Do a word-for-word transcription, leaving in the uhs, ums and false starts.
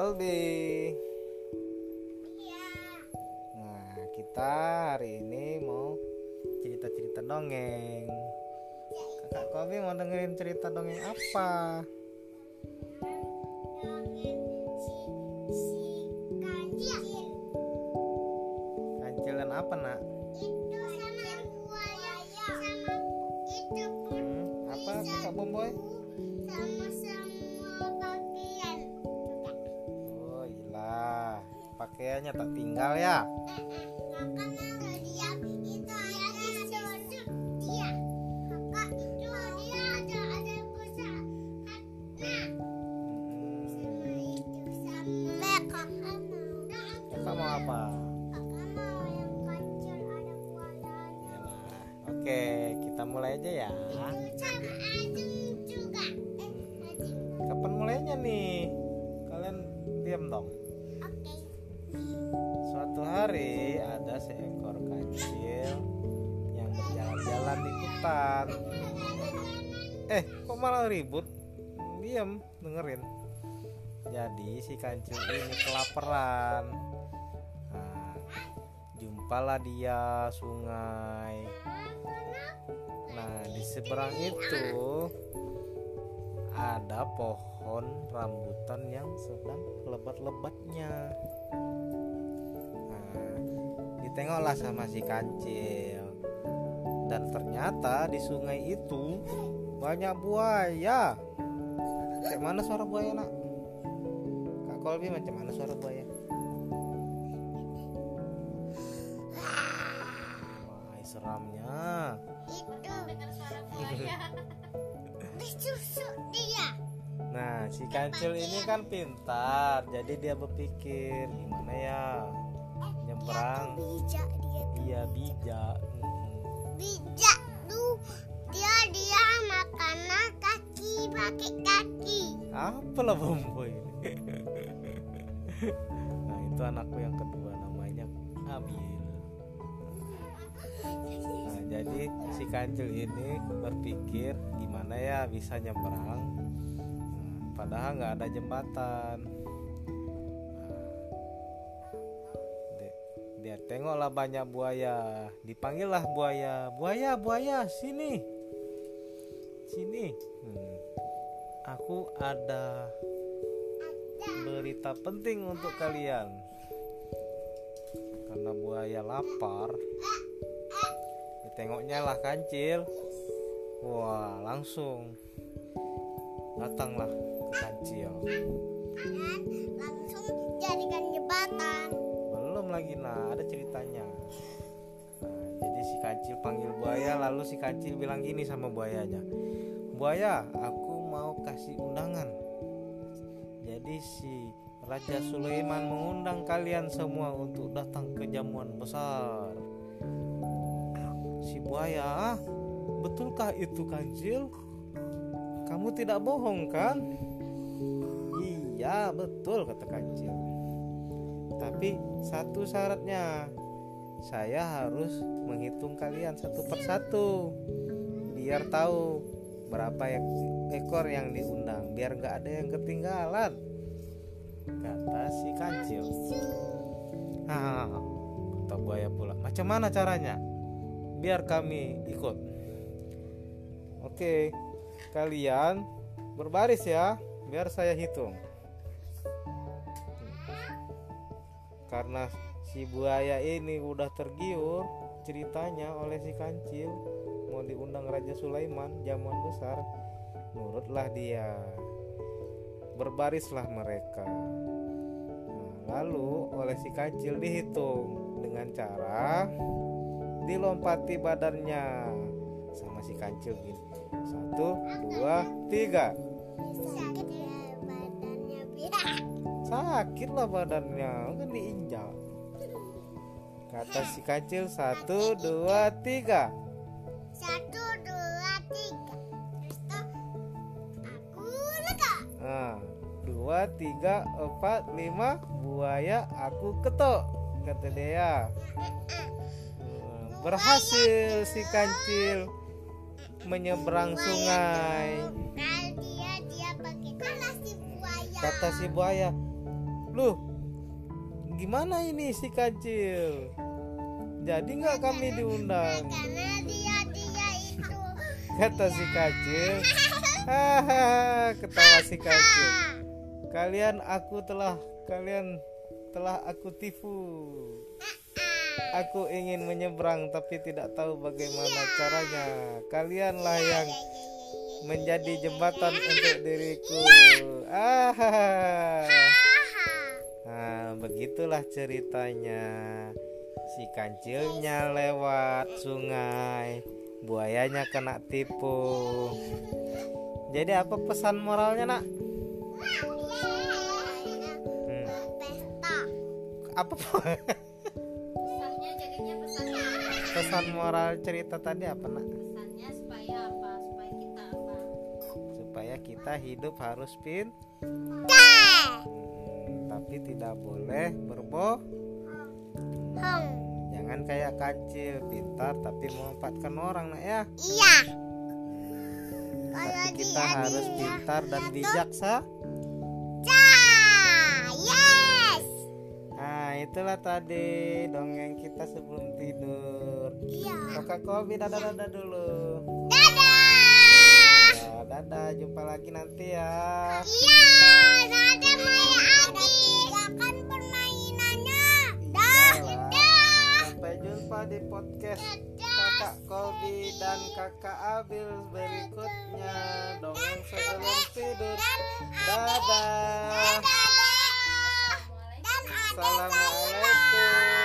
Kolbi. Iya. Nah, kita hari ini mau cerita-cerita dongeng. Kakak Kolbi mau dengerin cerita dongeng apa? Dongeng si si kancil. Kancil dan apa, Nak? Itu sama buaya sama itu pun Hmm, apa Kakak Bomboy? sama semua pakaian. Oh, iya. Pakaiannya tak tinggal ya. Kakak mau dia itu ada ada dia. Kakak itu dia ada ada busa. Nah, Hmm, sama itu sama kakak mau. Kakak mau apa? Kakak mau yang kancil ada buayanya. Nah, oke, kita mulai aja ya. Itu sama Adem juga. Eh, Adem. Kapan mulainya nih? Kalian diam dong. Oke. Suatu hari ada seekor kancil yang berjalan-jalan di hutan. Eh, kok malah ribut? Diam, dengerin. Jadi si kancil ini kelaparan. Nah, jumpalah dia sungai. Nah, di seberang itu ada pohon rambutan yang sedang lebat-lebatnya. Nah, ditengoklah sama si kancil. Dan ternyata di sungai itu banyak buaya. Kayak mana suara buaya, Nak? Kak Kolbi, macam mana suara buaya? Wah, seramnya. Itu dengar suara buaya. Disusuk dia. Nah, si kancil ini kan pintar, jadi dia berpikir gimana ya nyebrang. Bijak dia. Iya, bijak. Mm. Bijak tuh dia dia makanan kaki pakai kaki. Apalah Bomboy ini? Nah, itu anakku yang kedua, namanya Abil. Nah, jadi si kancil ini berpikir gimana ya bisa nyebrang, nah, padahal nggak ada jembatan. Nah, dia, dia tengoklah banyak buaya, dipanggillah buaya, buaya, buaya, sini, sini. Hmm, aku ada berita penting untuk kalian. Karena buaya lapar, ditengoknya lah kancil. Wah, langsung datanglah ke kancil. Dan langsung jadikan jembatan. Belum lagi, nah ada ceritanya. Nah, jadi si kancil panggil buaya, lalu si kancil bilang gini sama buayanya, buaya, aku mau kasih undangan. Jadi si Raja Sulaiman mengundang kalian semua untuk datang ke jamuan besar. Si buaya, ah, betulkah itu kancil? Kamu tidak bohong kan? Iya, betul, kata kancil. Tapi satu syaratnya, saya harus menghitung kalian satu persatu, biar tahu berapa ekor yang diundang, biar gak ada yang ketinggalan, kata si kancil. Ah, kata buaya pula, macam mana caranya? Biar kami ikut. Oke, kalian berbaris ya, biar saya hitung. Karena si buaya ini udah tergiur ceritanya oleh si kancil, mau diundang Raja Sulaiman jamuan besar, nurutlah dia. Berbarislah mereka. Nah, lalu oleh si kancil dihitung dengan cara dilompati badannya sama si kancil gini. Satu, dua, tiga. Sakit ya badannya biar. Sakit lah badannya, kan diinjak. Kata si kancil, satu, dua, tiga. Satu, dua, tiga. Terus tuh aku lega. Nah, dua, tiga, empat, lima, buaya aku ketok, kata dia. Nah, berhasil si kancil menyeberang sungai. Kalau dia dia pakai kata si buaya. Kata si buaya, Loh, gimana ini si kancil? Jadi nggak kami diundang? Karena dia dia itu. Kata si kancil. Hahaha, ketawa si kancil. Kalian aku telah kalian telah aku tipu. Aku ingin menyeberang tapi tidak tahu bagaimana caranya. Kalianlah yang menjadi jembatan untuk diriku. Ah, nah, begitulah ceritanya. Si kancilnya lewat sungai, buayanya kena tipu. Jadi apa pesan moralnya, Nak? Hmm. Apa Pesannya jadinya pesannya pesan moral cerita tadi apa, Nak? pesannya supaya apa? Supaya kita apa? Supaya kita hidup harus pin, hmm, tapi tidak boleh berbohong. Jangan kayak kancil, pintar tapi memanfaatkan orang, Nak ya. Iya. Tapi kita harus pintar dan bijaksana. Yes. Nah, itulah tadi dongeng kita sebelum tidur. Iya. Kakak Kolbi dadah-dadah dulu. Dadah. Ya, dadah, jumpa lagi nanti ya. Iya, dadah Maya Adi. Silakan permainannya. Dah. Iyalah. Dah. Sampai jumpa di podcast Dadah. Kakak Kolbi dan Kakak Abil berikutnya. Dongeng sebelum tidur. Dadah. Dadah. Dan ada Assalamualaikum.